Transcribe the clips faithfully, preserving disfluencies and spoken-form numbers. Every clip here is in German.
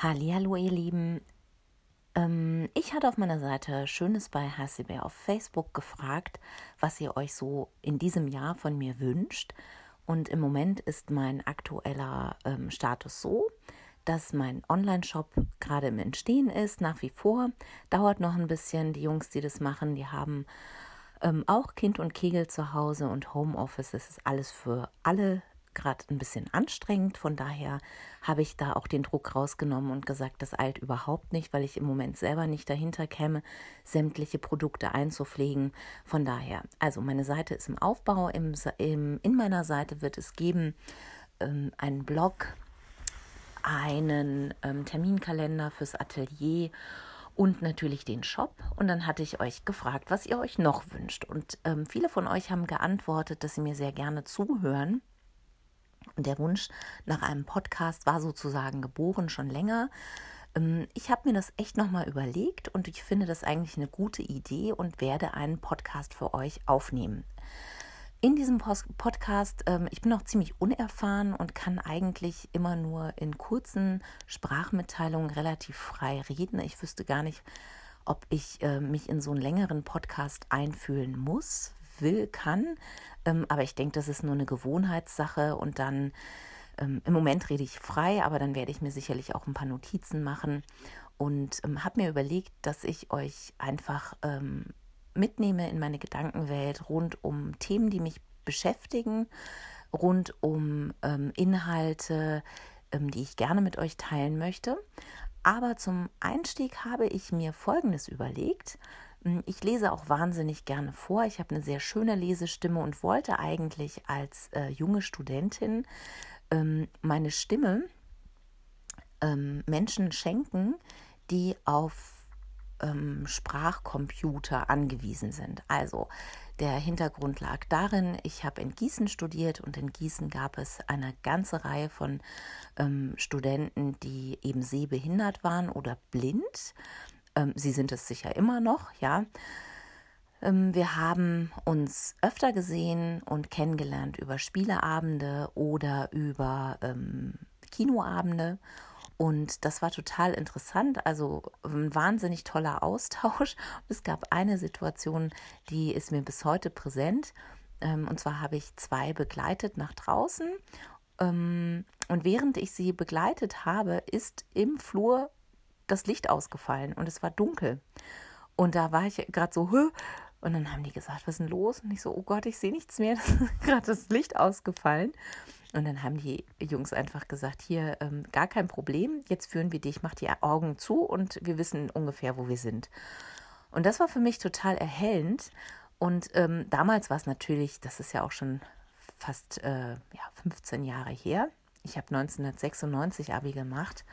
Hallihallo, ihr Lieben. Ähm, ich hatte auf meiner Seite Schönes bei Hasselbär auf Facebook gefragt, was ihr euch so in diesem Jahr von mir wünscht. Und im Moment ist mein aktueller ähm, Status so, dass mein Online-Shop gerade im Entstehen ist, nach wie vor. Dauert noch ein bisschen. Die Jungs, die das machen, die haben ähm, auch Kind und Kegel zu Hause und Homeoffice. Es ist alles für alle gerade ein bisschen anstrengend. Von daher habe ich da auch den Druck rausgenommen und gesagt, das eilt überhaupt nicht, weil ich im Moment selber nicht dahinter käme, sämtliche Produkte einzupflegen. Von daher, also meine Seite ist im Aufbau. Im, im, in meiner Seite wird es geben ähm, einen Blog, einen ähm, Terminkalender fürs Atelier und natürlich den Shop. Und dann hatte ich euch gefragt, was ihr euch noch wünscht. Und ähm, viele von euch haben geantwortet, dass sie mir sehr gerne zuhören. Und der Wunsch nach einem Podcast war sozusagen geboren, schon länger. Ähm, ich habe mir das echt nochmal überlegt und ich finde das eigentlich eine gute Idee und werde einen Podcast für euch aufnehmen. In diesem Podcast, ähm, ich bin noch ziemlich unerfahren und kann eigentlich immer nur in kurzen Sprachmitteilungen relativ frei reden. Ich wüsste gar nicht, ob ich äh, mich in so einen längeren Podcast einfühlen muss, will, kann. Ähm, aber ich denke, das ist nur eine Gewohnheitssache und dann, ähm, im Moment rede ich frei, aber dann werde ich mir sicherlich auch ein paar Notizen machen und ähm, habe mir überlegt, dass ich euch einfach ähm, mitnehme in meine Gedankenwelt rund um Themen, die mich beschäftigen, rund um ähm, Inhalte, ähm, die ich gerne mit euch teilen möchte. Aber zum Einstieg habe ich mir Folgendes überlegt. Ich lese auch wahnsinnig gerne vor. Ich habe eine sehr schöne Lesestimme und wollte eigentlich als äh, junge Studentin ähm, meine Stimme ähm, Menschen schenken, die auf ähm, Sprachcomputer angewiesen sind. Also der Hintergrund lag darin, ich habe in Gießen studiert und in Gießen gab es eine ganze Reihe von ähm, Studenten, die eben sehbehindert waren oder blind. Ähm, sie sind es sicher immer noch, ja. Ähm, wir haben uns öfter gesehen und kennengelernt über Spieleabende oder über ähm, Kinoabende. Und das war total interessant, also ein wahnsinnig toller Austausch. Es gab eine Situation, die ist mir bis heute präsent. Und zwar habe ich zwei begleitet nach draußen. Und während ich sie begleitet habe, ist im Flur das Licht ausgefallen und es war dunkel. Und da war ich gerade so, Hö? Und dann haben die gesagt, was ist denn los? Und ich so, oh Gott, ich sehe nichts mehr, es ist gerade das Licht ausgefallen. Und dann haben die Jungs einfach gesagt, hier, ähm, gar kein Problem, jetzt führen wir dich, mach die Augen zu und wir wissen ungefähr, wo wir sind. Und das war für mich total erhellend. Und ähm, damals war es natürlich, das ist ja auch schon fast äh, ja, fünfzehn Jahre her. Ich habe neunzehnhundertsechsundneunzig Abi gemacht.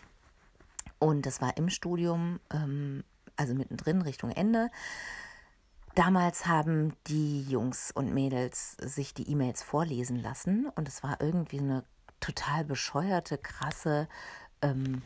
Und das war im Studium, ähm, also mittendrin Richtung Ende. Damals haben die Jungs und Mädels sich die E-Mails vorlesen lassen und es war irgendwie eine total bescheuerte, krasse, ähm,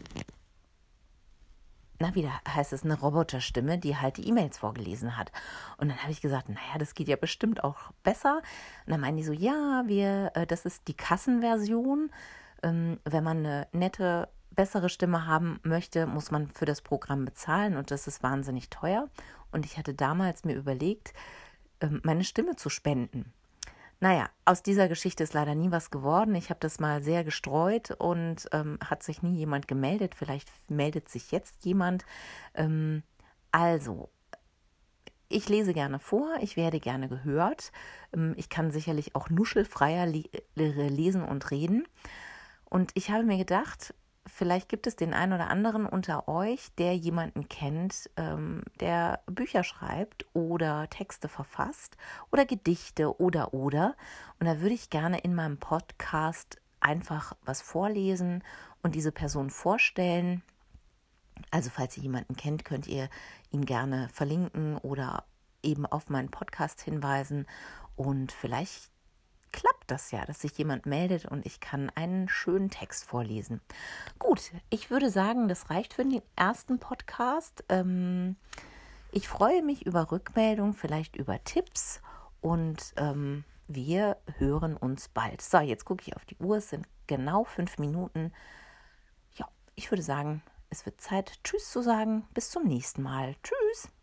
na, wie heißt es, eine Roboterstimme, die halt die E-Mails vorgelesen hat. Und dann habe ich gesagt, naja, das geht ja bestimmt auch besser. Und dann meinen die so, ja, wir, äh, das ist die Kassenversion. Ähm, wenn man eine nette, bessere Stimme haben möchte, muss man für das Programm bezahlen und das ist wahnsinnig teuer. Und ich hatte damals mir überlegt, ähm, meine Stimme zu spenden. Naja, aus dieser Geschichte ist leider nie was geworden. Ich habe das mal sehr gestreut und ähm, hat sich nie jemand gemeldet. Vielleicht meldet sich jetzt jemand. Ähm, also, ich lese gerne vor, ich werde gerne gehört. Ähm, ich kann sicherlich auch nuschelfreier le- lesen und reden. Und ich habe mir gedacht, vielleicht gibt es den einen oder anderen unter euch, der jemanden kennt, ähm, der Bücher schreibt oder Texte verfasst oder Gedichte oder oder. Und da würde ich gerne in meinem Podcast einfach was vorlesen und diese Person vorstellen. Also falls ihr jemanden kennt, könnt ihr ihn gerne verlinken oder eben auf meinen Podcast hinweisen und vielleicht klappt das ja, dass sich jemand meldet und ich kann einen schönen Text vorlesen. Gut, ich würde sagen, das reicht für den ersten Podcast. Ähm, ich freue mich über Rückmeldungen, vielleicht über Tipps und ähm, wir hören uns bald. So, jetzt gucke ich auf die Uhr, es sind genau fünf Minuten. Ja, ich ich würde sagen, es wird Zeit, Tschüss zu sagen. Bis zum nächsten Mal. Tschüss.